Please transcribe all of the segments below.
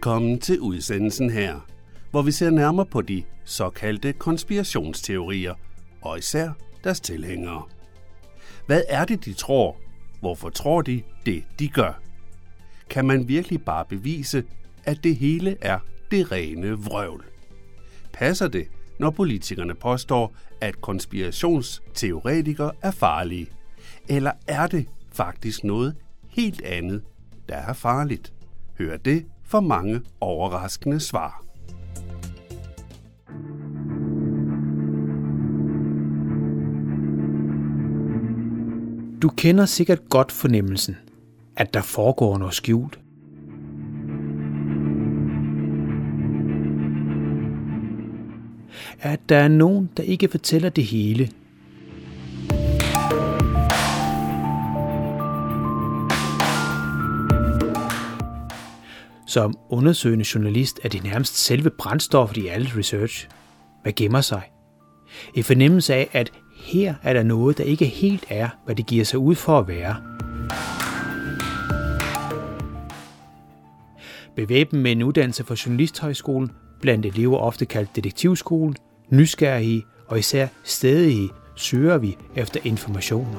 Velkommen til udsendelsen her, hvor vi ser nærmere på de såkaldte konspirationsteorier, og især deres tilhængere. Hvad er det, de tror? Hvorfor tror de det, de gør? Kan man virkelig bare bevise, at det hele er det rene vrøvl? Passer det, når politikerne påstår, at konspirationsteoretikere er farlige? Eller er det faktisk noget helt andet, der er farligt? Hør det for mange overraskende svar. Du kender sikkert godt fornemmelsen, at der foregår noget skjult. At der er nogen, der ikke fortæller det hele. Som undersøgende journalist er det nærmest selve brændstoffet i alt research. Hvad gemmer sig? En fornemmelse af, at her er der noget, der ikke helt er, hvad det giver sig ud for at være. Bevæbnet med en uddannelse fra Journalisthøjskolen, blandt elever ofte kaldt detektivskolen, nysgerrige og især stædige, søger vi efter informationer.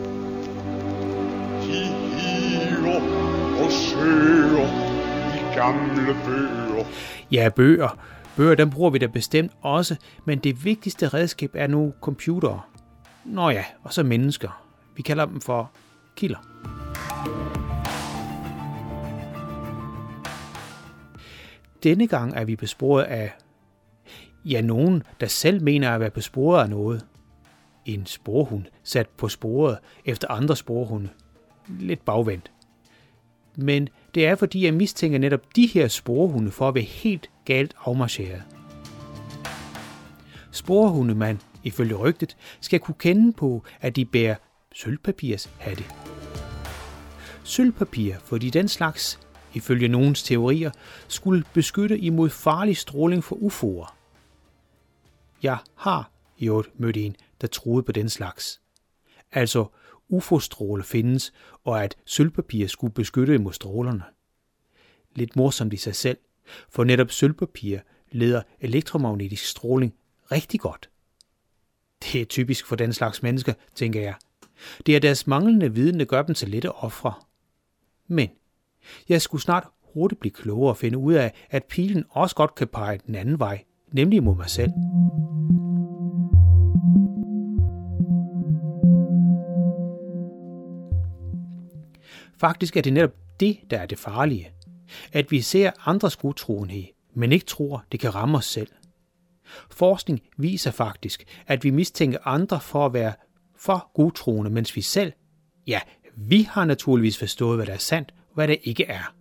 De hiver og søger i gamle bøger. Ja, bøger. Bøger, dem bruger vi da bestemt også, men det vigtigste redskab er nu computere. Nå ja, og så mennesker. Vi kalder dem for kilder. Denne gang er vi besporet af, nogen, der selv mener at være besporet af noget. En sporhund sat på sporet efter andre sporhunde. Lidt bagvendt. Men det er fordi, jeg mistænker netop de her sporhunde for at være helt galt afmarcheret. Sporhunde, man ifølge rygtet skal kunne kende på, at de bærer sølvpapirshatte. Sølvpapir, fordi den slags, ifølge nogens teorier, skulle beskytte imod farlig stråling fra UFO'er. Jeg har i øvrigt mødt en, der troede på den slags. Altså, UFO-stråler findes, og at sølvpapir skulle beskytte imod strålerne. Lidt morsomt i sig selv, for netop sølvpapir leder elektromagnetisk stråling rigtig godt. Det er typisk for den slags mennesker, tænker jeg. Det er deres manglende viden, der gør dem til lette ofre. Men jeg skulle snart hurtigt blive klogere og finde ud af, at pilen også godt kan pege den anden vej, nemlig mod mig selv. Faktisk er det netop det, der er det farlige. At vi ser andres godtroenhed, men ikke tror, det kan ramme os selv. Forskning viser faktisk, at vi mistænker andre for at være for godtroende, mens vi selv, vi har naturligvis forstået, hvad der er sandt og hvad der ikke er.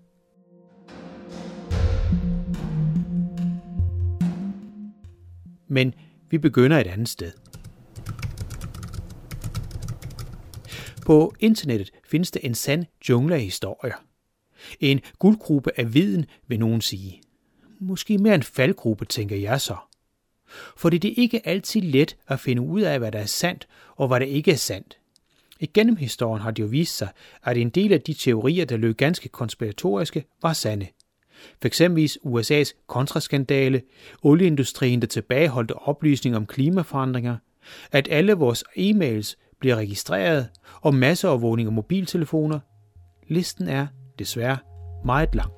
Men vi begynder et andet sted. På internettet findes der en sand jungle af historier. En guldgruppe af viden, vil nogen sige. Måske mere en faldgruppe, tænker jeg så. For det er ikke altid let at finde ud af, hvad der er sandt og hvad der ikke er sandt. Igennem historien har det jo vist sig, at en del af de teorier, der lød ganske konspiratoriske, var sande. For eksempelvis USA's kontraskandale, olieindustrien, der tilbageholdte oplysninger om klimaforandringer, at alle vores e-mails bliver registreret, og masseovervågning af mobiltelefoner. Listen er desværre meget lang.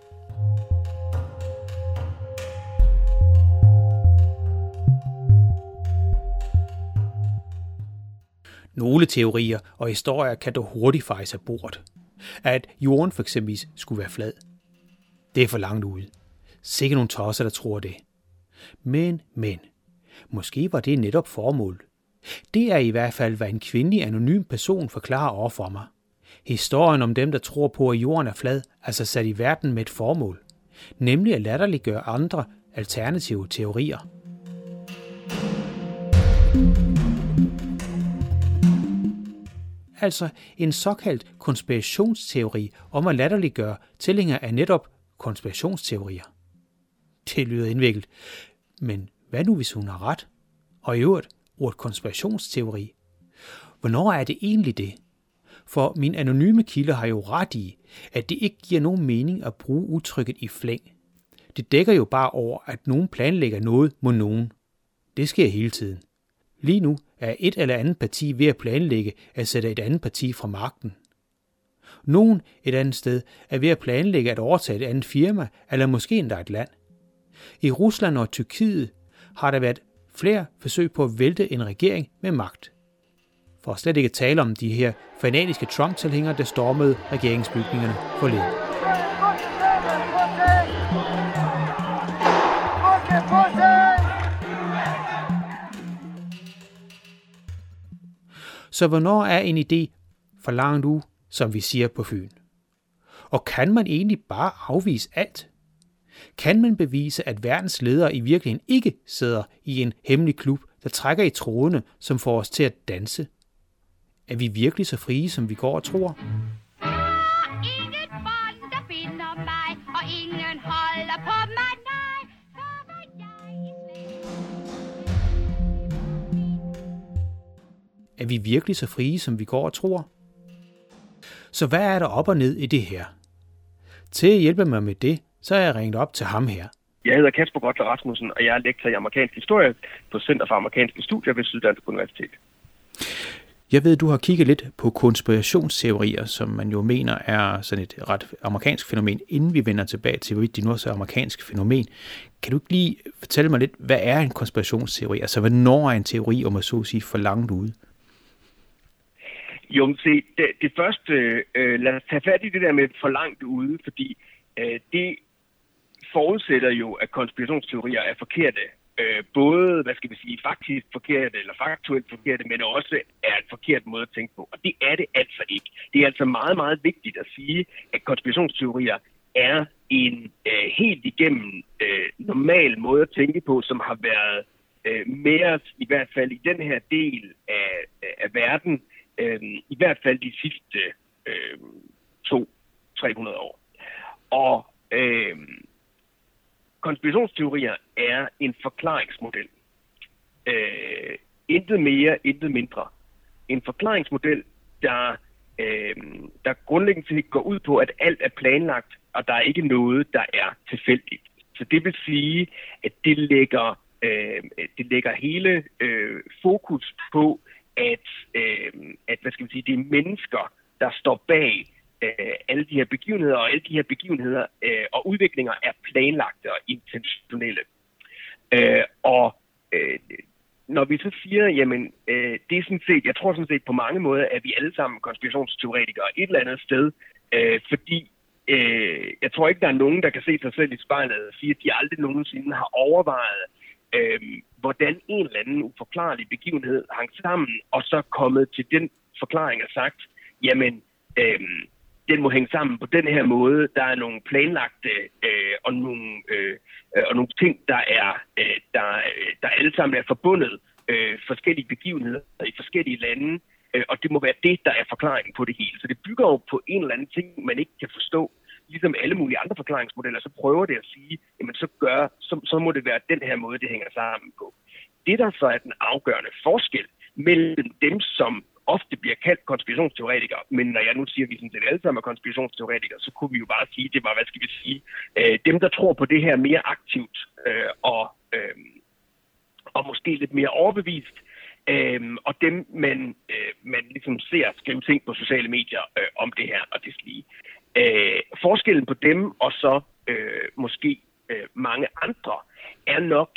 Nogle teorier og historier kan dog hurtigt fejes af bordet. At jorden for eksempel skulle være flad. Det er for langt ude. Sikke nogle tosser, der tror det. Men, måske var det netop formålet. Det er i hvert fald, hvad en kvindelig anonym person forklarer over for mig. Historien om dem, der tror på, at jorden er flad, altså sat i verden med et formål. Nemlig at latterliggøre andre alternative teorier. Altså en såkaldt konspirationsteori om at latterliggøre tilhængere af netop konspirationsteorier. Det lyder indviklet, men hvad nu hvis hun har ret? Og i øvrigt ordet konspirationsteori. Hvornår er det egentlig det? For min anonyme kilde har jo ret i, at det ikke giver nogen mening at bruge udtrykket i flæng. Det dækker jo bare over, at nogen planlægger noget mod nogen. Det sker hele tiden. Lige nu er et eller andet parti ved at planlægge at sætte et andet parti fra magten. Nogen et andet sted er ved at planlægge at overtage et andet firma, eller måske endda et land. I Rusland og Tyrkiet har der været flere forsøg på at vælte en regering med magt. For slet ikke at tale om de her fanatiske Trump-tilhængere, der stormede regeringsbygningerne forleden. Så hvornår er en idé for langt ude, som vi siger på Fyn? Og kan man egentlig bare afvise alt? Kan man bevise, at verdens ledere i virkeligheden ikke sidder i en hemmelig klub, der trækker i trådene, som får os til at danse? Er vi virkelig så frie, som vi går og tror? Inget bånd, der binder mig, og ingen holder på mig, nej, for hvad jeg Er vi virkelig så frie, som vi går og tror? Så hvad er der op og ned i det her? Til at hjælpe mig med det, så er jeg ringet op til ham her. Jeg hedder Kasper Gottler Rasmussen, og jeg er lektor i amerikansk historie på Center for Amerikanske Studier ved Syddansk Universitet. Jeg ved, du har kigget lidt på konspirationsteorier, som man jo mener er sådan et ret amerikansk fænomen, inden vi vender tilbage til, hvorvidt de nu er så amerikansk fænomen. Kan du ikke lige fortælle mig lidt, hvad er en konspirationsteori? Altså, hvornår er en teori, om at så sige, for langt ude? Jo, se, det første, lad os tage fat i det der med for langt ude, fordi det forudsætter jo, at konspirationsteorier er forkerte. Både, faktisk forkerte eller faktuelt forkerte, men også er en forkert måde at tænke på. Og det er det altså ikke. Det er altså meget, meget vigtigt at sige, at konspirationsteorier er en helt igennem normal måde at tænke på, som har været med os, i hvert fald i den her del af verden, i hvert fald de sidste 200-300 år. Og konspirationsteorier er en forklaringsmodel. Intet mere, intet mindre. En forklaringsmodel, der grundlæggende set går ud på, at alt er planlagt, og der er ikke noget, der er tilfældigt. Så det vil sige, at det lægger hele fokus på, at det er mennesker, der står bag alle de her begivenheder, og alle de her begivenheder og udviklinger er planlagte og intentionelle. Når vi så siger, jamen, det er sådan set, jeg tror sådan set på mange måder, at vi alle sammen konspirationsteoretikere et eller andet sted, fordi jeg tror ikke, der er nogen, der kan se sig selv i spejlet og sige, at de aldrig nogensinde har overvejet, hvordan en eller anden uforklarlig begivenhed hang sammen, og så kommet til den forklaring og sagt, jamen, den må hænge sammen på den her måde. Der er nogle planlagte og nogle ting, der alle sammen er forbundet, forskellige begivenheder i forskellige lande, og det må være det, der er forklaringen på det hele. Så det bygger jo på en eller anden ting, man ikke kan forstå. Ligesom alle mulige andre forklaringsmodeller, så prøver det at sige, jamen så må det være den her måde, det hænger sammen på. Det, der så er den afgørende forskel mellem dem, som ofte bliver kaldt konspirationsteoretikere, men når jeg nu siger, at vi sådan set alle sammen er konspirationsteoretikere, så kunne vi jo bare sige, det var, dem, der tror på det her mere aktivt og måske lidt mere overbevist, og dem, man ligesom ser skrive ting på sociale medier om det her og det slige. Forskellen på dem og så måske mange andre er nok,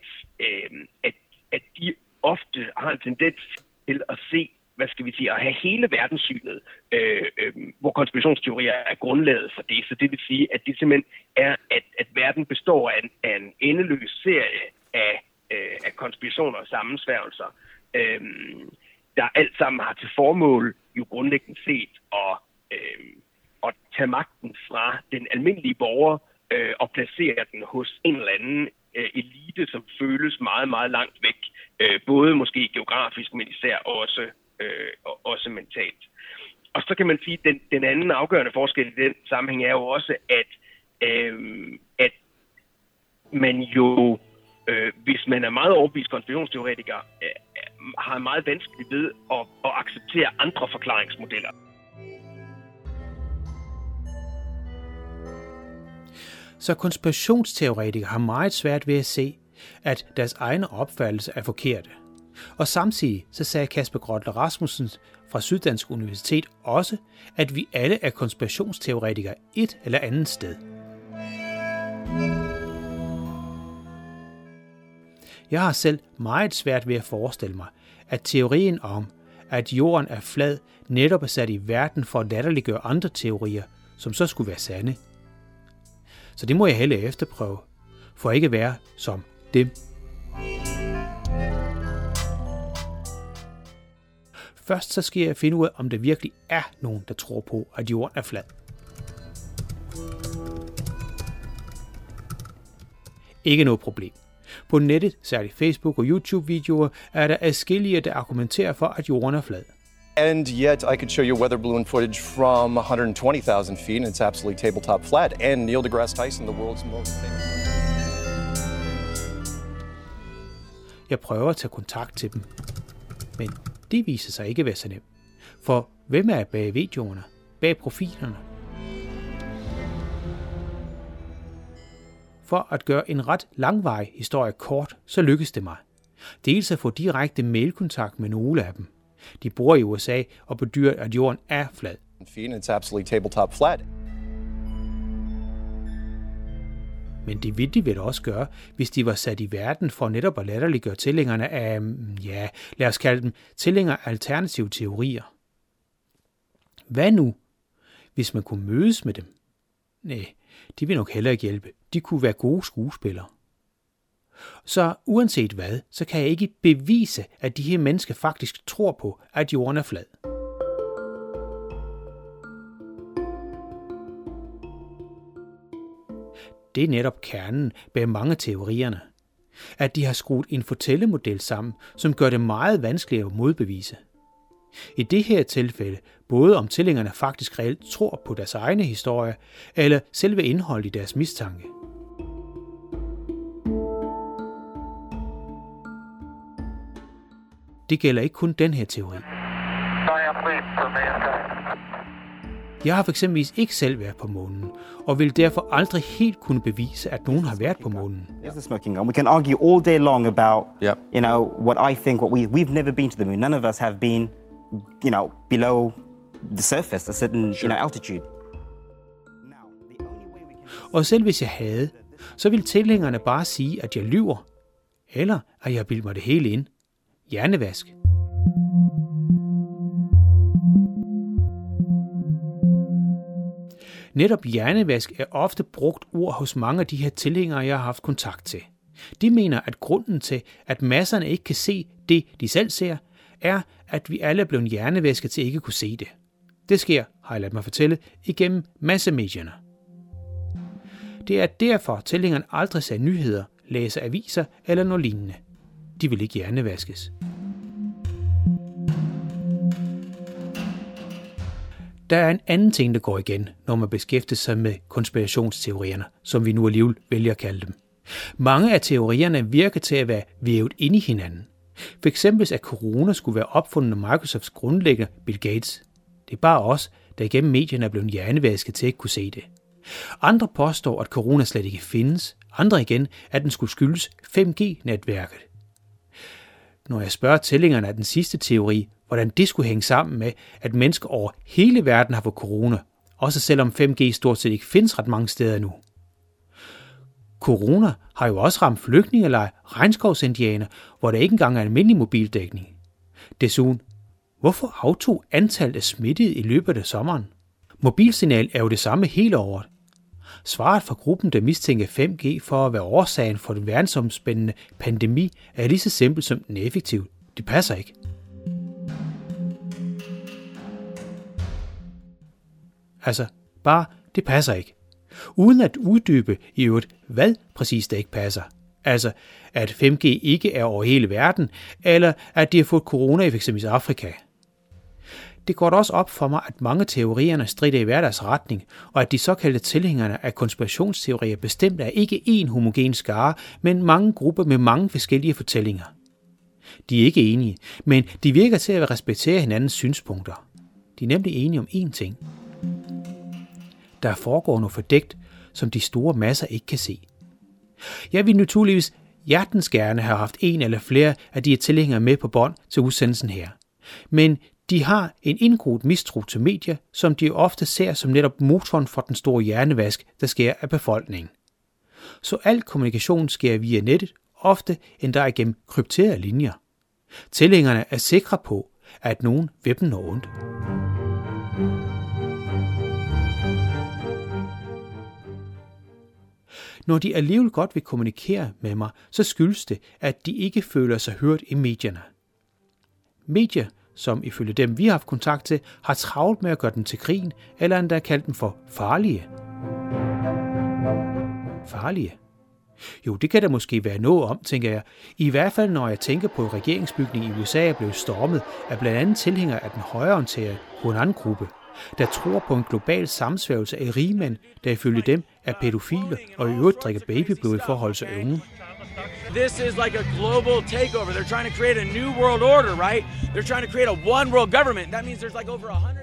at de ofte har en tendens til at se, at have hele verdenssynet, hvor konspirationsteorier er grundlaget for det. Så det vil sige, at det simpelthen er, at verden består af en endeløs serie af konspirationer og sammensværgelser, der alt sammen har til formål jo grundlæggende set at tage magten fra den almindelige borger og placere den hos en eller anden elite, som føles meget, meget langt væk. Både måske geografisk, men især også mentalt. Og så kan man sige, at den anden afgørende forskel i den sammenhæng er jo også, at man jo, hvis man er meget overbevist konspirationsteoretiker, har meget vanskeligt ved at acceptere andre forklaringsmodeller. Så konspirationsteoretikere har meget svært ved at se, at deres egne opfattelse er forkerte. Og samtidig så sagde Kasper Grotle Rasmussen fra Syddansk Universitet også, at vi alle er konspirationsteoretikere et eller andet sted. Jeg har selv meget svært ved at forestille mig, at teorien om, at jorden er flad, netop er sat i verden for at latterliggøre andre teorier, som så skulle være sande. Så det må jeg hellere efterprøve, for ikke at være som dem. Først så skal jeg finde ud af, om der virkelig er nogen, der tror på, at jorden er flad. Ikke noget problem. På nettet, særligt Facebook og YouTube-videoer, er der adskillige, der argumenterer for, at jorden er flad. And yet I could show you weather balloon footage from 120,000 feet, and it's absolutely tabletop flat. And Neil deGrasse Tyson, the world's most famous. Jeg prøver at tage kontakt til dem, men det viser sig ikke at være så nemt. For hvem er bag videoerne, bag profilerne? For at gøre en ret langvarig historie kort, så lykkes det mig. Dels at få direkte mailkontakt med nogle af dem. De bor i USA og bedyrer, at jorden er flad. It's absolutely tabletop flat. Men det ville de vel også gøre, hvis de var sat i verden for netop at latterliggøre tilhængerne af, lad os kalde dem tilhængere af alternative teorier. Hvad nu, hvis man kunne mødes med dem? Nej, de vil nok heller ikke hjælpe. De kunne være gode skuespillere. Så uanset hvad, så kan jeg ikke bevise, at de her mennesker faktisk tror på, at jorden er flad. Det er netop kernen bag mange af teorierne. At de har skruet en fortællemodel sammen, som gør det meget vanskeligt at modbevise. I det her tilfælde, både om tilhængerne faktisk reelt tror på deres egne historier, eller selve indholdet i deres mistanke. Det gælder ikke kun den her teori. Jeg har fx ikke selv været på månen, og vil derfor aldrig helt kunne bevise, at nogen har været på månen. Is the smoking gun? We can argue all day long about, what I think, we've never been to the moon. None of us have been, below the surface, a certain, altitude. Og selv hvis jeg havde, så vil tilhængerne bare sige, at jeg lyver, eller at jeg bilder mig det hele ind. Hjernevask. Netop hjernevask er ofte brugt ord hos mange af de her tilhængere, jeg har haft kontakt til. De mener, at grunden til, at masserne ikke kan se det, de selv ser, er, at vi alle er blevet hjernevasket til ikke at kunne se det. Det sker, har jeg ladet mig fortælle, igennem massemedierne. Det er derfor, tilhængerne aldrig ser nyheder, læser aviser eller noget lignende. De vil ikke hjernevaskes. Der er en anden ting, der går igen, når man beskæftiger sig med konspirationsteorierne, som vi nu alligevel vælger at kalde dem. Mange af teorierne virker til at være vævet ind i hinanden. For eksempel at corona skulle være opfundet af Microsofts grundlægger Bill Gates. Det er bare os, der igennem medierne er blevet hjernevasket til at ikke kunne se det. Andre påstår, at corona slet ikke findes. Andre igen, at den skulle skyldes 5G-netværket. Når jeg spørger tilhængerne af den sidste teori, hvordan det skulle hænge sammen med, at mennesker over hele verden har fået corona, også selvom 5G stort set ikke findes ret mange steder nu. Corona har jo også ramt flygtningelejre, regnskovsindianer, hvor der ikke engang er almindelig mobildækning. Desuden, hvorfor aftog antallet af smittede i løbet af sommeren? Mobilsignal er jo det samme hele året. Svaret fra gruppen, der mistænker 5G for at være årsagen for den verdensomspændende pandemi, er lige så simpelt som den effektiv. Det passer ikke. Altså, bare det passer ikke. Uden at uddybe i øvrigt, hvad præcis det ikke passer. Altså, at 5G ikke er over hele verden, eller at de har fået corona i f.eks. Afrika. Det går da også op for mig, at mange teorierne strider i hver deres retning, og at de såkaldte tilhængere af konspirationsteorier bestemt er ikke én homogen skare, men mange grupper med mange forskellige fortællinger. De er ikke enige, men de virker til at respektere hinandens synspunkter. De er nemlig enige om én ting. Der foregår noget fordækt, som de store masser ikke kan se. Jeg vil naturligvis hjertens gerne have haft en eller flere af de tilhængere med på bånd til udsendelsen her. Men de har en indgroet mistro til medier, som de ofte ser som netop motoren for den store hjernevask, der sker af befolkningen. Så al kommunikation sker via nettet, ofte endda igennem krypterede linjer. Tilhængerne er sikre på, at nogen vil dem noget ondt. Når de alligevel godt vil kommunikere med mig, så skyldes det, at de ikke føler sig hørt i medierne. Medier, som ifølge dem vi har haft kontakt til, har travlt med at gøre dem til grin, eller endda kaldt dem for farlige. Farlige? Jo, det kan der måske være noget om, tænker jeg. I hvert fald, når jeg tænker på, at regeringsbygningen i USA er blevet stormet af blandt andet tilhængere af den højreorienterede QAnon-gruppe, der tror på en global sammensværgelse af rigmænd, der ifølge dem er pædofile og i øvrigt drikker babyblod i forhold til unge. This is like a global takeover. They're trying to create a new world order, right? They're trying to create a one world government. That means there's like over 100...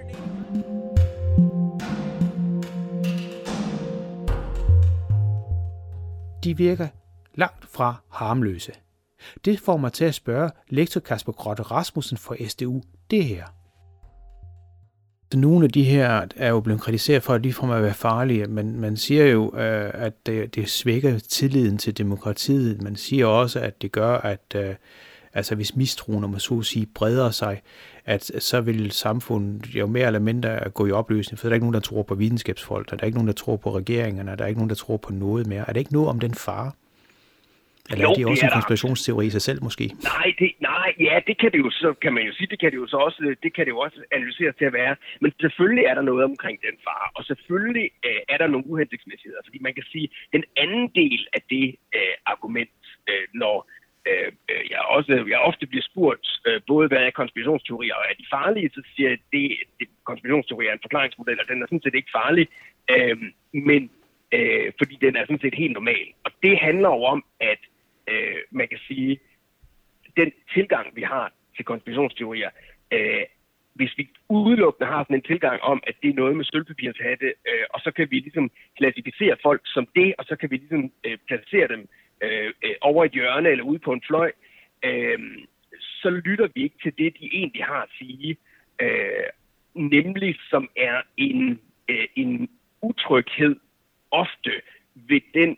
De virker langt fra harmløse. Det får mig til at spørge lektor Kasper Grotte Rasmussen fra SDU det her. Nogle af de her er jo blevet kritiseret for, at de får at være farlige, men man siger jo, at det svækker tilliden til demokratiet. Man siger også, at det gør, at hvis mistroen, om man så at sige, breder sig, at så vil samfundet jo mere eller mindre gå i opløsning, for der er ikke nogen, der tror på videnskabsfolk, der er ikke nogen, der tror på regeringerne, der er ikke nogen, der tror på noget mere. Er der ikke noget om den fare? Eller jo, er det også en konspirationsteori i sig selv måske? Det kan det jo så, kan man jo sige, det kan det jo også analyseres til at være. Men selvfølgelig er der noget omkring den fare, og selvfølgelig er der nogle uhensigtsmæssigheder. Fordi man kan sige, den anden del af det argument, når jeg ofte bliver spurgt, både hvad er konspirationsteorier og er de farlige, så siger jeg, at konspirationsteorier er en forklaringsmodel, og den er sådan set ikke farlig, men fordi den er sådan set helt normal. Og det handler jo om, at man kan sige, den tilgang, vi har til konspirationsteorier, hvis vi udelukkende har sådan en tilgang om, at det er noget med sølvpapirshatte, og så kan vi ligesom klassificere folk som det, og så kan vi ligesom placere dem over et hjørne eller ude på en fløj, så lytter vi ikke til det, de egentlig har at sige, nemlig som er en utryghed ofte ved den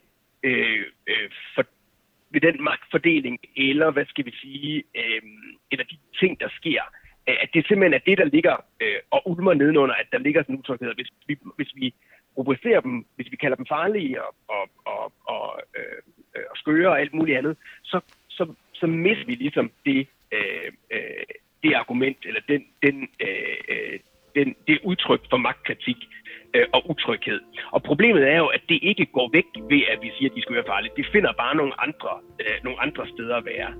ved den magtfordeling, eller hvad skal vi sige, eller de ting, der sker. At det simpelthen er det, der ligger og ulmer nedenunder, at der ligger sådan en utryghed. Hvis vi rubricerer dem, hvis vi kalder dem farlige og skøre og alt muligt andet, så mister vi ligesom det argument, eller det udtryk for magtkritik og utryghed. Og problemet er jo, at det ikke går væk ved, at vi siger, at de skal være farlige. De finder bare nogle andre steder at være.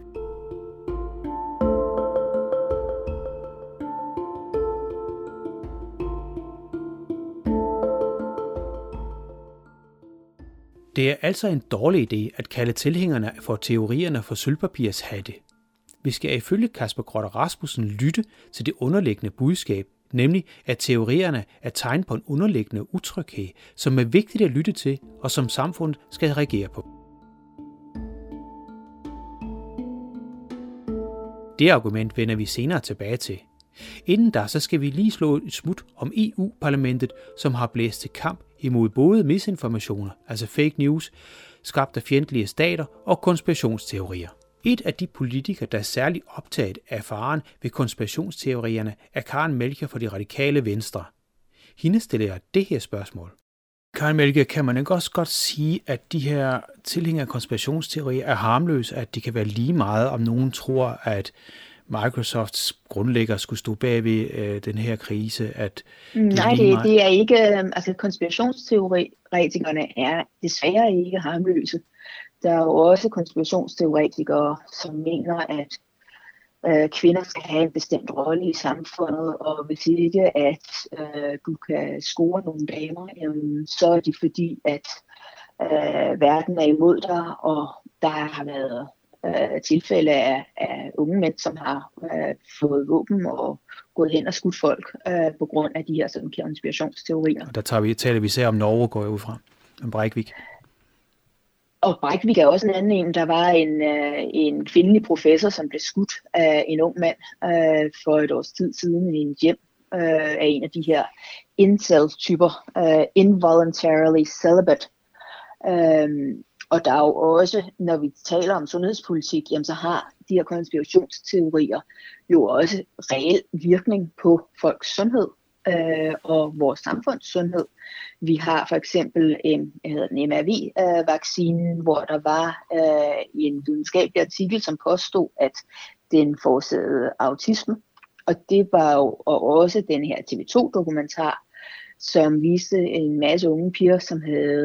Det er altså en dårlig idé at kalde tilhængerne for teorierne for sølvpapirshatte. Vi skal ifølge Kasper Grotte Rasmussen lytte til det underliggende budskab, nemlig at teorierne er tegn på en underliggende utryghed, som er vigtigt at lytte til, og som samfundet skal reagere på. Det argument vender vi senere tilbage til. Inden da, så skal vi lige slå et smut om EU-parlamentet, som har blæst til kamp imod både misinformationer, altså fake news, skabt af fjendtlige stater og konspirationsteorier. Et af de politikere, der er særligt optaget af faren ved konspirationsteorierne, er Karen Melchior fra de radikale venstre. Hende stiller jeg det her spørgsmål. Karen Melchior, kan man ikke også godt sige, at de her tilhængere af konspirationsteorier er harmløse, at de kan være lige meget, om nogen tror, at Microsofts grundlægger skulle stå bag ved den her krise? Nej, det er ikke. Altså konspirationsteoretikerne er desværre ikke harmløse. Der er jo også konspirationsteoretikere, som mener, at kvinder skal have en bestemt rolle i samfundet, og hvis ikke, at du kan score nogle damer, så er det fordi, at verden er imod dig, og der har været tilfælde af unge mænd, som har fået våben og gået hen og skudt folk på grund af de her sådan konspirationsteorier. Og der taler vi især om Norge, går jeg ud fra. Breivik. Og Breivik er også en anden en. Der var en kvindelig professor, som blev skudt af en ung mand for et års tid siden i en hjem af en af de her incel-typer, involuntarily celibate. Og der er jo også, når vi taler om sundhedspolitik, jamen så har de her konspirationsteorier jo også reel virkning på folks sundhed og vores samfunds sundhed. Vi har for eksempel en MRV-vaccinen, hvor der var en videnskabelig artikel, som påstod, at den forårsagede autisme. Og det var jo også den her TV2-dokumentar, som viste en masse unge piger, som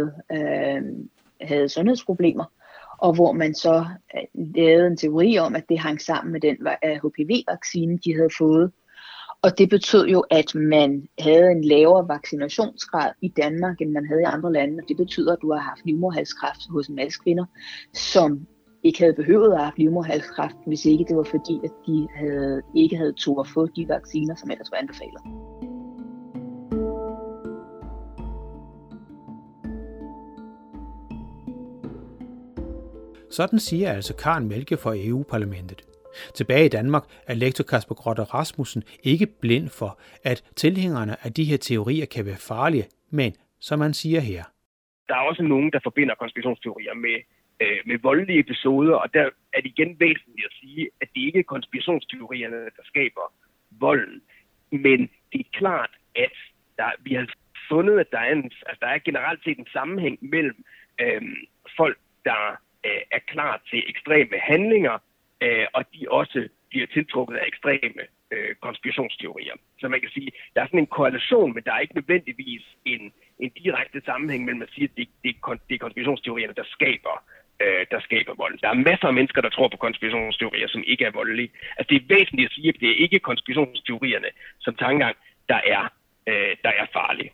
havde sundhedsproblemer, og hvor man så lavede en teori om, at det hang sammen med den HPV-vaccine, de havde fået. Og det betød jo, at man havde en lavere vaccinationsgrad i Danmark, end man havde i andre lande. Og det betyder, at du har haft livmoderhalskræft hos en masse kvinder, som ikke havde behøvet at have livmoderhalskræft, hvis ikke det var fordi, at de ikke havde tur at få de vacciner, som ellers var anbefalet. Sådan siger altså Karen Melchior fra EU-parlamentet. Tilbage i Danmark er lektor Kasper Grotte Rasmussen ikke blind for, at tilhængerne af de her teorier kan være farlige, men som han siger her. Der er også nogen, der forbinder konspirationsteorier med voldelige episoder, og der er det igen væsentligt at sige, at det ikke er konspirationsteorierne, der skaber volden. Men det er klart, at vi har fundet, at der er generelt set en sammenhæng mellem folk, der er klar til ekstreme handlinger, og de også bliver tiltrukket af ekstreme konspirationsteorier. Så man kan sige, der er sådan en korrelation, men der er ikke nødvendigvis en direkte sammenhæng mellem at sige, at det er konspirationsteorierne, der skaber vold. Der er masser af mennesker, der tror på konspirationsteorier, som ikke er voldelige. Altså det er væsentligt at sige, at det er ikke konspirationsteorierne som tankegang, der er farlige.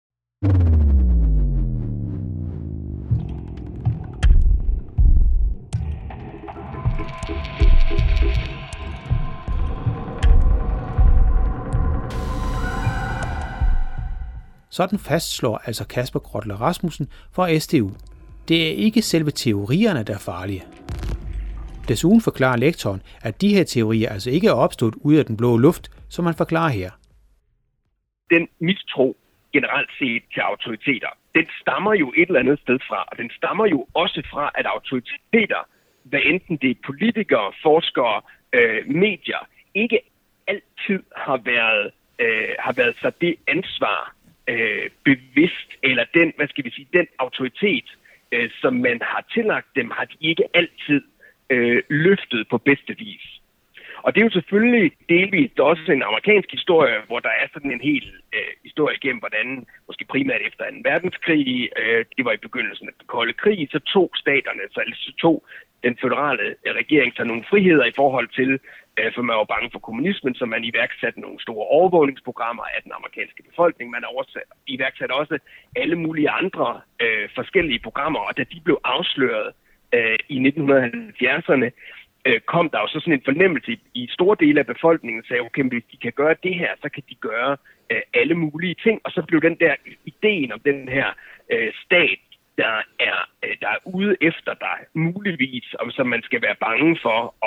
Sådan fastslår altså Kasper Grotte Rasmussen fra SDU. Det er ikke selve teorierne, der er farlige. Desuden forklarer lektoren, at de her teorier altså ikke er opstået ud af den blå luft, som han forklarer her. Den mistro generelt set til autoriteter, den stammer jo et eller andet sted fra, og den stammer jo også fra, at autoriteter, hvad enten det er politikere, forskere, medier, ikke altid har været så det ansvar bevidst, eller den autoritet, som man har tillagt dem, har de ikke altid løftet på bedste vis. Og det er jo selvfølgelig delvist også en amerikansk historie, hvor der er sådan en hel historie igennem, hvordan måske primært efter 2. verdenskrig, det var i begyndelsen af den kolde krig, så tog staterne, så tog den føderale regering sig nogle friheder i forhold til, for man var bange for kommunismen, så man iværksatte nogle store overvågningsprogrammer af den amerikanske befolkning. Man iværksatte også alle mulige andre forskellige programmer, og da de blev afsløret i 1970'erne, kom der jo så sådan en fornemmelse i store dele af befolkningen, sagde, okay, hvis de kan gøre det her, så kan de gøre alle mulige ting. Og så blev den der ideen om den her stat, der er ude efter dig, muligvis, og som man skal være bange for,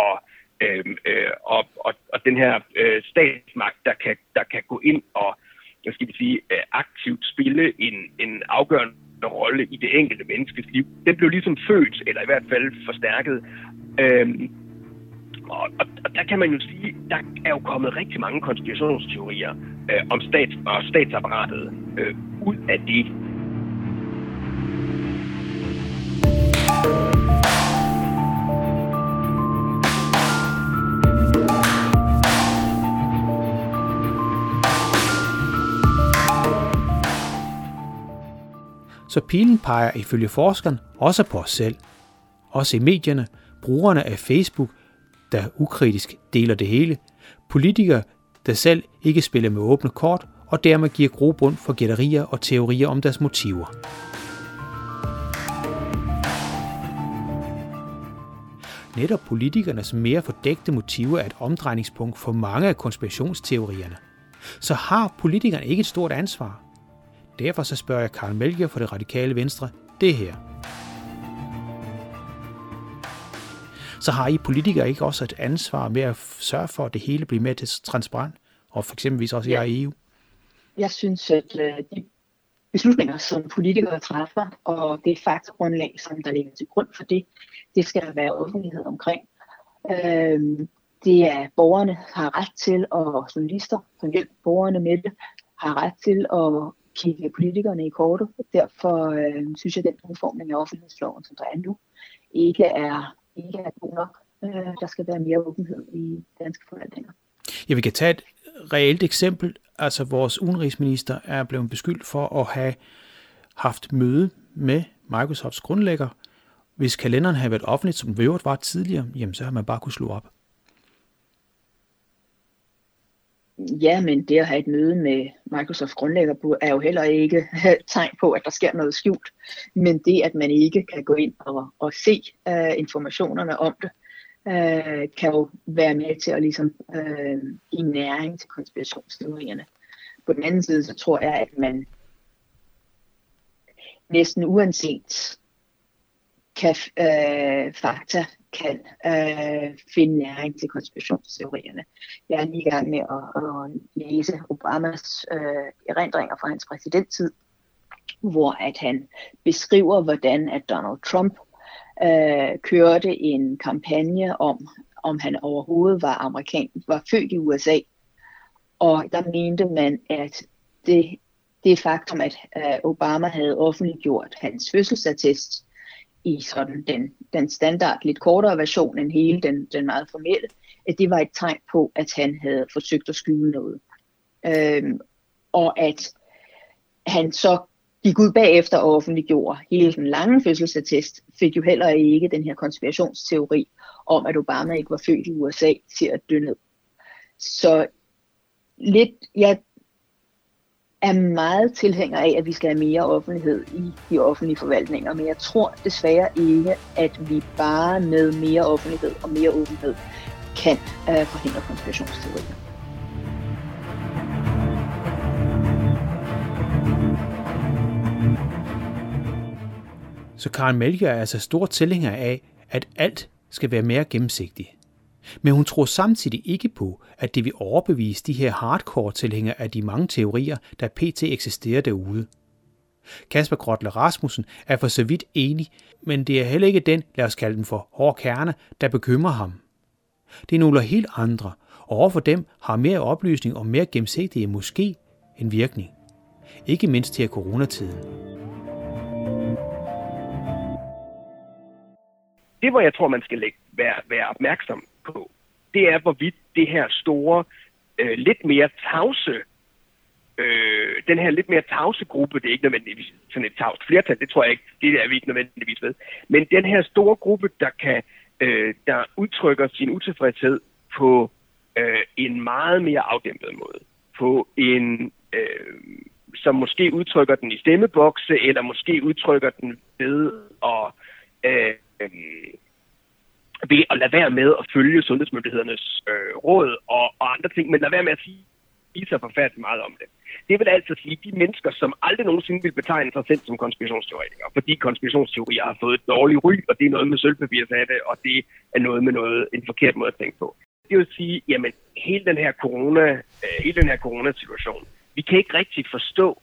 og den her statsmagt, der kan gå ind og aktivt spille en afgørende rolle i det enkelte menneskes liv. Den blev ligesom født, eller i hvert fald forstærket. Og der kan man jo sige, der er jo kommet rigtig mange konspirationsteorier om statsapparatet ud af det. Så pilen peger ifølge forskeren også på os selv. Også i medierne, brugerne af Facebook, der ukritisk deler det hele, politikere, der selv ikke spiller med åbne kort, og dermed giver grobund for gætterier og teorier om deres motiver. Netop politikernes mere fordækte motiver er et omdrejningspunkt for mange af konspirationsteorierne. Så har politikerne ikke et stort ansvar? Derfor så spørger jeg Karen Melchior fra Det Radikale Venstre det her. Så har I politikere ikke også et ansvar med at sørge for, at det hele bliver mere transparent, og for eksempelvis også her i EU? Jeg synes, at de beslutninger, som politikere træffer, og det faktagrundlag, som der ligger til grund for det, det skal der være offentlighed omkring. Det er borgerne har ret til, og journalister, som hjælper borgerne med det, har ret til at kigge politikerne i kortet. Derfor synes jeg, at den udformning af offentlighedsloven, som der er nu, ikke er god nok. Der skal være mere åbenhed i danske forvaltninger. Ja, vi kan tage et reelt eksempel. Altså, vores udenrigsminister er blevet beskyldt for at have haft møde med Microsofts grundlægger. Hvis kalenderen havde været offentligt, som det øvrigt var tidligere, jamen, så har man bare kunne slå op. Ja, men det at have et møde med Microsofts grundlægger er jo heller ikke tegn på, at der sker noget skjult. Men det, at man ikke kan gå ind og se informationerne om det, kan jo være med til at ligesom, give næring til konspirationsteorierne. På den anden side, så tror jeg, at man næsten uanset fakta kan finde næring til konspirationsteorierne. Jeg er lige i gang med at læse Obamas erindringer fra hans præsidenttid, hvor at han beskriver, hvordan at Donald Trump kørte en kampagne om han overhovedet var født i USA. Og der mente man, at det faktum, at Obama havde offentliggjort hans fødselsattest i sådan den standard, lidt kortere version end hele den meget formelle, at det var et tegn på, at han havde forsøgt at skjule noget. Og at han så gik ud bagefter og offentliggjorde hele den lange fødselsattest, fik jo heller ikke den her konspirationsteori om, at Obama ikke var født i USA, til at dø ned. Så jeg er meget tilhænger af, at vi skal have mere offentlighed i de offentlige forvaltninger, men jeg tror desværre ikke, at vi bare med mere offentlighed og mere åbenhed kan forhindre konspirationsteorier. Så Karen Melchior er altså stor tilhænger af, at alt skal være mere gennemsigtigt. Men hun tror samtidig ikke på, at det vil overbevise de her hardcore tilhængere af de mange teorier, der pt. Eksisterer derude. Kasper Grotle Rasmussen er for så vidt enig, men det er heller ikke den, lad os kalde den for hårde kerne, der bekymrer ham. Det er nogle helt andre, og overfor dem har mere oplysning og mere gennemsigtighed måske en virkning. Ikke mindst til coronatiden. Det, hvor jeg tror, man skal være opmærksom på, det er, hvorvidt det her store, lidt mere tavse, den her lidt mere tavse gruppe, det er ikke nødvendigvis sådan et tavst flertal, det tror jeg ikke, det er vi ikke nødvendigvis ved, men den her store gruppe, der udtrykker sin utilfredshed på en meget mere afdæmpet måde, på en, som måske udtrykker den i stemmebokse, eller måske udtrykker den ved ved at lade være med at følge sundhedsmyndighedernes råd og andre ting, men lade være med at sige så forfærdeligt meget om det. Det vil altså sige, de mennesker, som aldrig nogensinde vil betegne sig selv som konspirationsteoretikere, fordi konspirationsteorier har fået et dårligt ry, og det er noget med sølvpapirsatte, og det er noget med en forkert måde at tænke på. Det vil sige, jamen hele den her coronasituation, vi kan ikke rigtig forstå,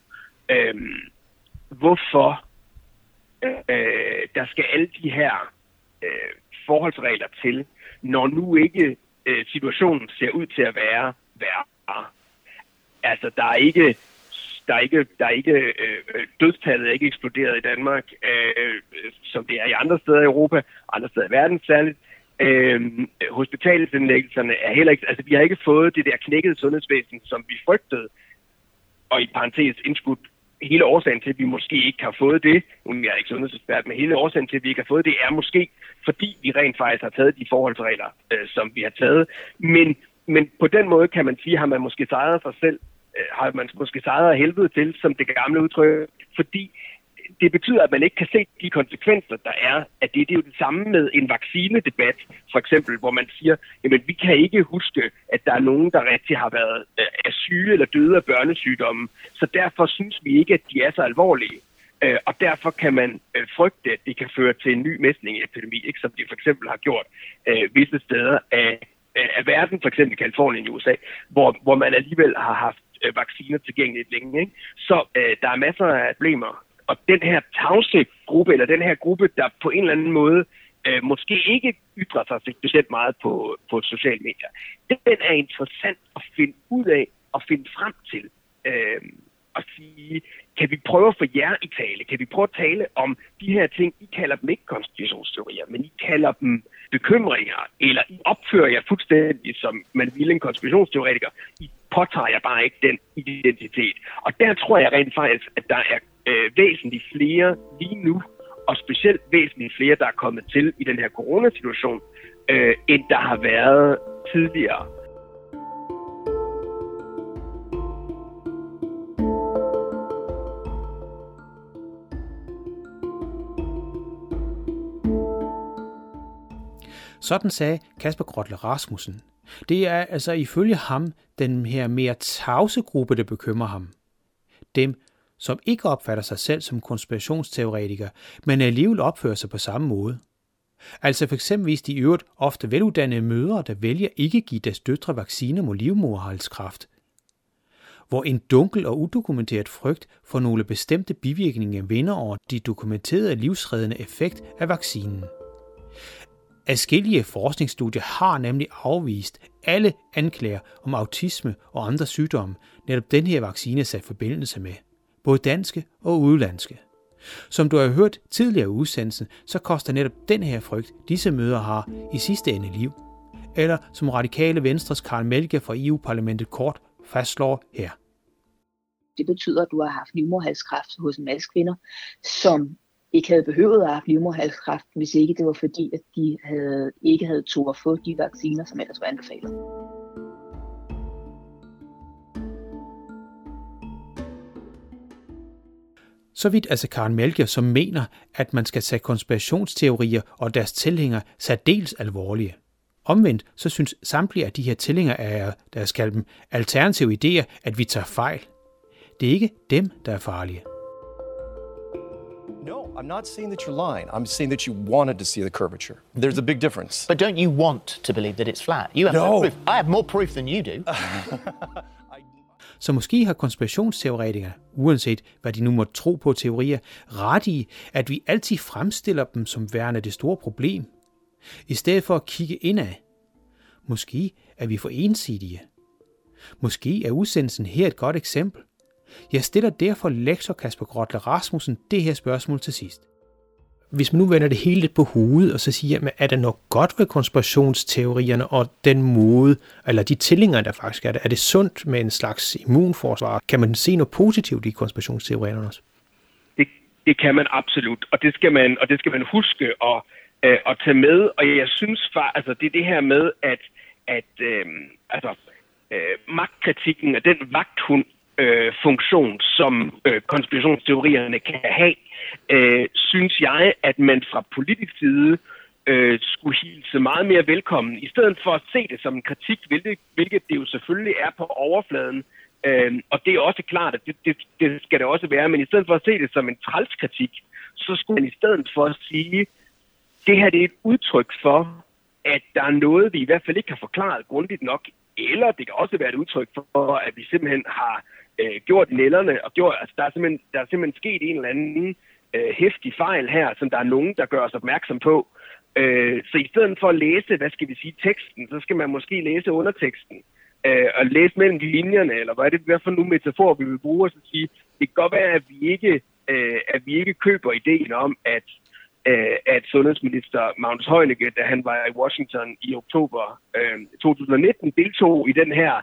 hvorfor der skal alle de her forholdsregler til, når nu ikke situationen ser ud til at være værre. Altså, der er ikke dødstallet er ikke eksploderet i Danmark, som det er i andre steder i Europa, andre steder i verden særligt. Hospitalsindlæggelserne er heller ikke, altså vi har ikke fået det der knækkede sundhedsvæsen, som vi frygtede, og i parentes indskudt hele årsagen til, at vi måske ikke har fået det, nu er jeg ikke sundhedsekspert, men hele årsagen til, at vi ikke har fået det, er måske, fordi vi rent faktisk har taget de forholdsregler, som vi har taget. Men på den måde kan man sige, har man måske sejret sig selv, har man måske sejret af helvede til, som det gamle udtryk, fordi det betyder, at man ikke kan se de konsekvenser, der er af det. Det er jo det samme med en vaccinedebat, for eksempel, hvor man siger, jamen vi kan ikke huske, at der er nogen, der rigtig har været syge eller døde af børnesygdomme, så derfor synes vi ikke, at de er så alvorlige. Og derfor kan man frygte, at det kan føre til en ny mæslingeepidemi, ikke, som de for eksempel har gjort visse steder af verden, for eksempel Californien i USA, hvor man alligevel har haft vacciner tilgængeligt længe. Ikke? Så der er masser af problemer. Og den her tavse gruppe, eller den her gruppe, der på en eller anden måde måske ikke ytrer sig specielt meget på sociale medier, den er interessant at finde ud af og finde frem til. Og sige, kan vi prøve at få jer i tale? Kan vi prøve at tale om de her ting? I kalder dem ikke konspirationsteorier, men I kalder dem bekymringer, eller I opfører jer fuldstændig, som man ville en konspirationsteoretiker. I påtager jer bare ikke den identitet. Og der tror jeg rent faktisk, at der er væsentligt flere lige nu, og specielt væsentligt flere, der er kommet til i den her coronasituation, end der har været tidligere. Sådan sagde Kasper Grotle Rasmussen. Det er altså ifølge ham den her mere tavse gruppe, der bekymrer ham. Dem, som ikke opfatter sig selv som konspirationsteoretikere, men alligevel opfører sig på samme måde. Altså for eksempelvis de øvrigt ofte veluddannede mødre, der vælger ikke at give deres døtre vacciner mod livmoderhalskræft. Hvor en dunkel og udokumenteret frygt for nogle bestemte bivirkninger vinder over de dokumenterede livsreddende effekt af vaccinen. Adskillige forskningsstudier har nemlig afvist alle anklager om autisme og andre sygdomme, netop den her vaccine sat forbindelse med, både danske og udlandske. Som du har hørt tidligere i udsendelsen, så koster netop den her frygt, disse mødre har i sidste ende liv. Eller som Radikale Venstres Karl Melchior fra EU-parlamentet kort fastslår her. Det betyder, at du har haft livmoderhalskræft hos en masse kvinder, som ikke havde behøvet at have livmoderhalskræft, hvis ikke det var fordi, at de ikke havde turde at få de vacciner, som ellers var anbefalet. Så vidt altså Karen Melchior, som mener, at man skal tage konspirationsteorier og deres tilhængere særdeles alvorlige. Omvendt så synes samtlige af de her tilhængere af, der skal kalde dem alternative idéer, at vi tager fejl. Det er ikke dem, der er farlige. No, I'm not saying that you're lying. I'm saying that you wanted to see the curvature. There's a big difference. But don't you want to believe that it's flat? You have no proof. I have more proof than you do. Så måske har konspirationsteoretikere, uanset hvad de nu måtte tro på teorier, ret i, at vi altid fremstiller dem som værende det store problem, i stedet for at kigge indad. Måske er vi for ensidige. Måske er udsendelsen her et godt eksempel. Jeg stiller derfor lektor Kasper Grotle Rasmussen det her spørgsmål til sidst. Hvis man nu vender det hele lidt på hovedet, og så siger, at er der noget godt ved konspirationsteorierne og den måde, eller de tilhængere, der faktisk er der? Er det sundt med en slags immunforsvar? Kan man se noget positivt i konspirationsteorierne også? Det kan man absolut, og det skal man huske at tage med. Og jeg synes altså det er det her med, at magtkritikken og den vagthund, funktion, som konspirationsteorierne kan have, synes jeg, at man fra politisk side skulle hilse meget mere velkommen, i stedet for at se det som en kritik, hvilket det jo selvfølgelig er på overfladen, og det er også klart, at det skal det også være, men i stedet for at se det som en trælskritik, så skulle man i stedet for at sige, det her det er et udtryk for, at der er noget, vi i hvert fald ikke har forklaret grundigt nok, eller det kan også være et udtryk for, at vi simpelthen har gjort nælderne, og der er simpelthen sket en eller anden heftig fejl her, som der er nogen, der gør os opmærksom på. Så i stedet for at læse, teksten, så skal man måske læse underteksten, og læse mellem de linjerne, eller hvad er for nogle metaforer, vi vil bruge, og så sige, det kan godt være, at vi ikke køber ideen om, at sundhedsminister Magnus Heunicke, da han var i Washington i oktober 2019, deltog i den her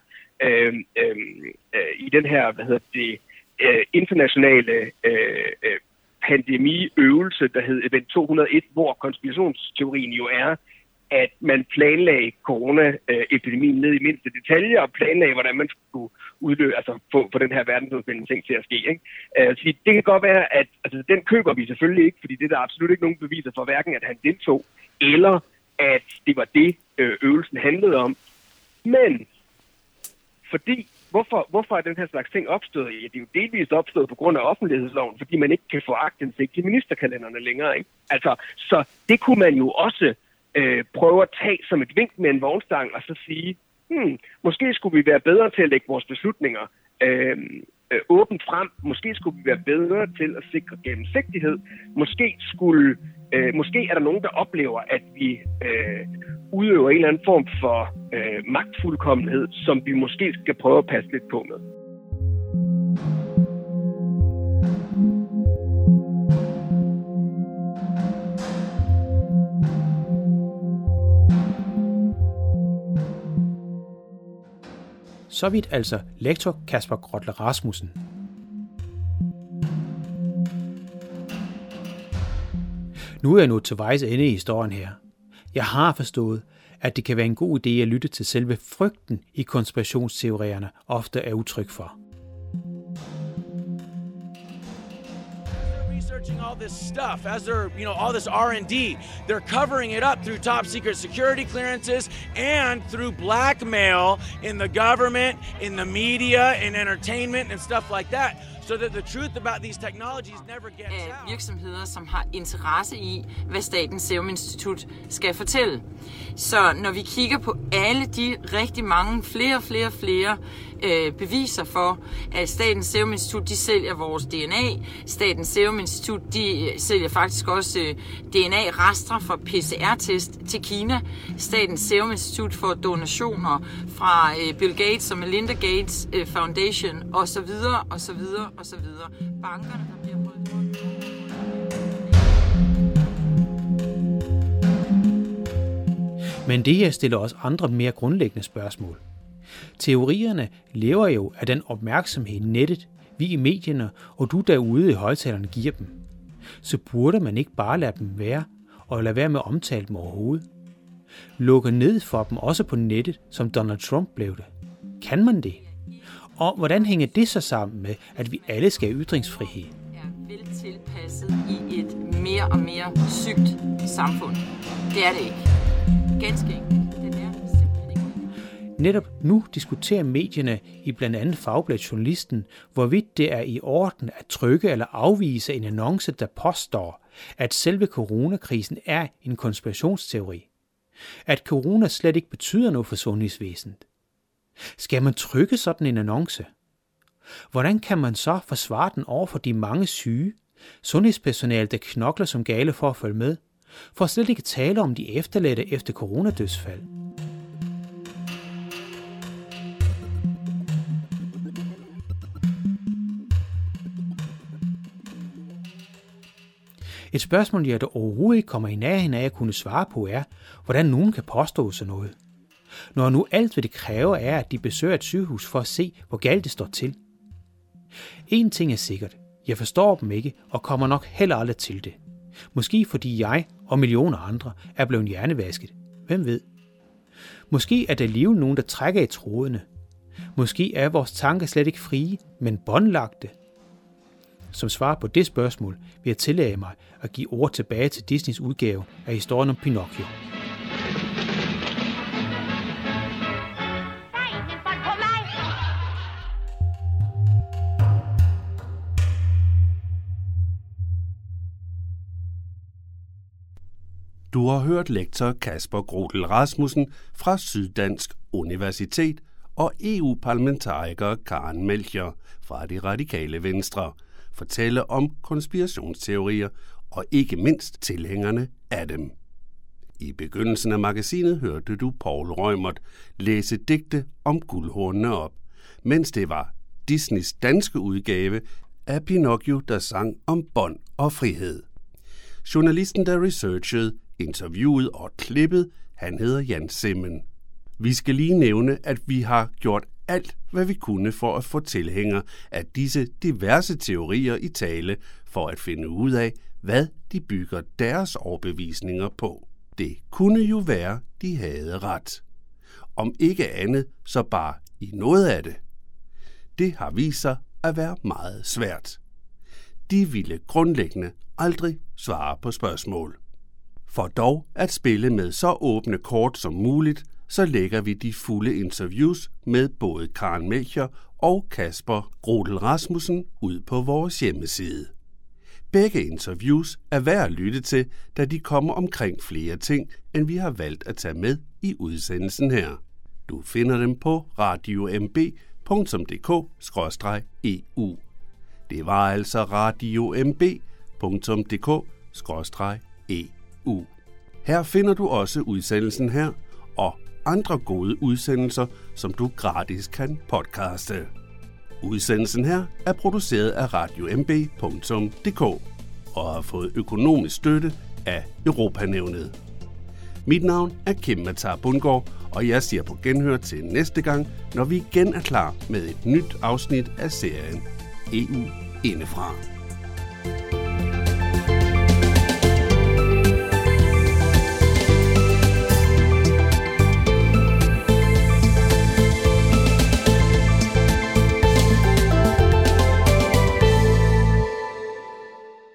internationale pandemiøvelse, der hed Event 201, hvor konspirationsteorien jo er, at man planlagde coronaepidemien ned i mindste detaljer, og planlagde, hvordan man skulle udløse, altså få den her verdensomspændende ting til at ske. Ikke? Så det kan godt være, at den køber vi selvfølgelig ikke, fordi det der er absolut ikke nogen beviser for hverken, at han deltog, eller at det var det, øvelsen handlede om. Men fordi hvorfor er den her slags ting opstået? Ja, det er jo delvist opstået på grund af offentlighedsloven, fordi man ikke kan få aktindsigt i ministerkalenderne længere, ikke? Altså, så det kunne man jo også prøve at tage som et vink med en vognstang og så sige, måske skulle vi være bedre til at lægge vores beslutninger åbent frem. Måske skulle vi være bedre til at sikre gennemsigtighed. Måske er der nogen, der oplever, at vi udøver en eller anden form for magtfuldkommenhed, som vi måske skal prøve at passe lidt på med. Så vidt altså lektor Kasper Grotle Rasmussen. Nu er jeg nået til vejs ende i historien her. Jeg har forstået, at det kan være en god idé at lytte til selve frygten i konspirationsteorierne ofte er udtryk for. All this stuff, as they're, all this R&D, they're covering it up through top secret security clearances and through blackmail in the government, in the media, in entertainment and stuff like that, so that the truth about these technologies never gets out. Virksomheder, som har interesse i, hvad Statens Serum Institut skal fortælle. Så når vi kigger på alle de rigtig mange, flere beviser for, at Statens Serum Institut, de sælger vores DNA. Statens Serum Institut, de sælger faktisk også DNA-rastre fra PCR-test til Kina. Statens Serum Institut får donationer fra Bill Gates og Melinda Gates Foundation osv. Bankerne, der bliver holdt rundt. Men det her stiller også andre mere grundlæggende spørgsmål. Teorierne lever jo af den opmærksomhed nettet, vi i medierne og du derude i højtalerne giver dem. Så burde man ikke bare lade dem være og lade være med at omtale dem overhovedet. Lukke ned for dem også på nettet, som Donald Trump blev det. Kan man det? Og hvordan hænger det så sammen med, at vi alle skal have ytringsfrihed? Er vel tilpasset i et mere og mere sygt samfund. Det er det ikke. Ganske enkelt. Netop nu diskuterer medierne i blandt andet Fagbladet Journalisten, hvorvidt det er i orden at trykke eller afvise en annonce, der påstår, at selve coronakrisen er en konspirationsteori. At corona slet ikke betyder noget for sundhedsvæsenet. Skal man trykke sådan en annonce? Hvordan kan man så forsvare den over for de mange syge, sundhedspersonale, der knokler som gale for at følge med, for slet ikke tale om de efterladte efter coronadødsfald? Et spørgsmål, jeg dog overhovedet ikke kommer i nærheden af at kunne svare på, er, hvordan nogen kan påstå sådan noget. Når nu alt, hvad det kræver, er, at de besøger et sygehus for at se, hvor galt det står til. En ting er sikkert. Jeg forstår dem ikke, og kommer nok heller aldrig til det. Måske fordi jeg og millioner andre er blevet hjernevasket. Hvem ved? Måske er der alligevel nogen, der trækker i trådene. Måske er vores tanker slet ikke frie, men båndlagte. Som svar på det spørgsmål vil jeg tillade mig at give ord tilbage til Disneys udgave af historien om Pinocchio. Du har hørt lektor Kasper Grotle Rasmussen fra Syddansk Universitet og EU-parlamentariker Karen Melchior fra Det Radikale Venstre fortælle om konspirationsteorier og ikke mindst tilhængerne af dem. I begyndelsen af magasinet hørte du Poul Reumert læse digte om guldhornene op, mens det var Disneys danske udgave af Pinocchio, der sang om bånd og frihed. Journalisten, der researchede, interviewet og klippet, han hedder Jan Simmen. Vi skal lige nævne, at vi har gjort alt, hvad vi kunne for at få tilhængere af disse diverse teorier i tale, for at finde ud af, hvad de bygger deres overbevisninger på. Det kunne jo være, de havde ret. Om ikke andet, så bare i noget af det. Det har vist sig at være meget svært. De ville grundlæggende aldrig svare på spørgsmål. For dog at spille med så åbne kort som muligt, så lægger vi de fulde interviews med både Karen Melchior og Kasper Grodel Rasmussen ud på vores hjemmeside. Begge interviews er værd at lytte til, da de kommer omkring flere ting, end vi har valgt at tage med i udsendelsen her. Du finder dem på radiomb.dk/EU. Det var altså radiomb.dk/EU. Her finder du også udsendelsen her og andre gode udsendelser, som du gratis kan podcaste. Udsendelsen her er produceret af radiomb.dk og har fået økonomisk støtte af Europanævnet. Mit navn er Kim Matar Bundgaard, og jeg siger på genhør til næste gang, når vi igen er klar med et nyt afsnit af serien EU Indefra.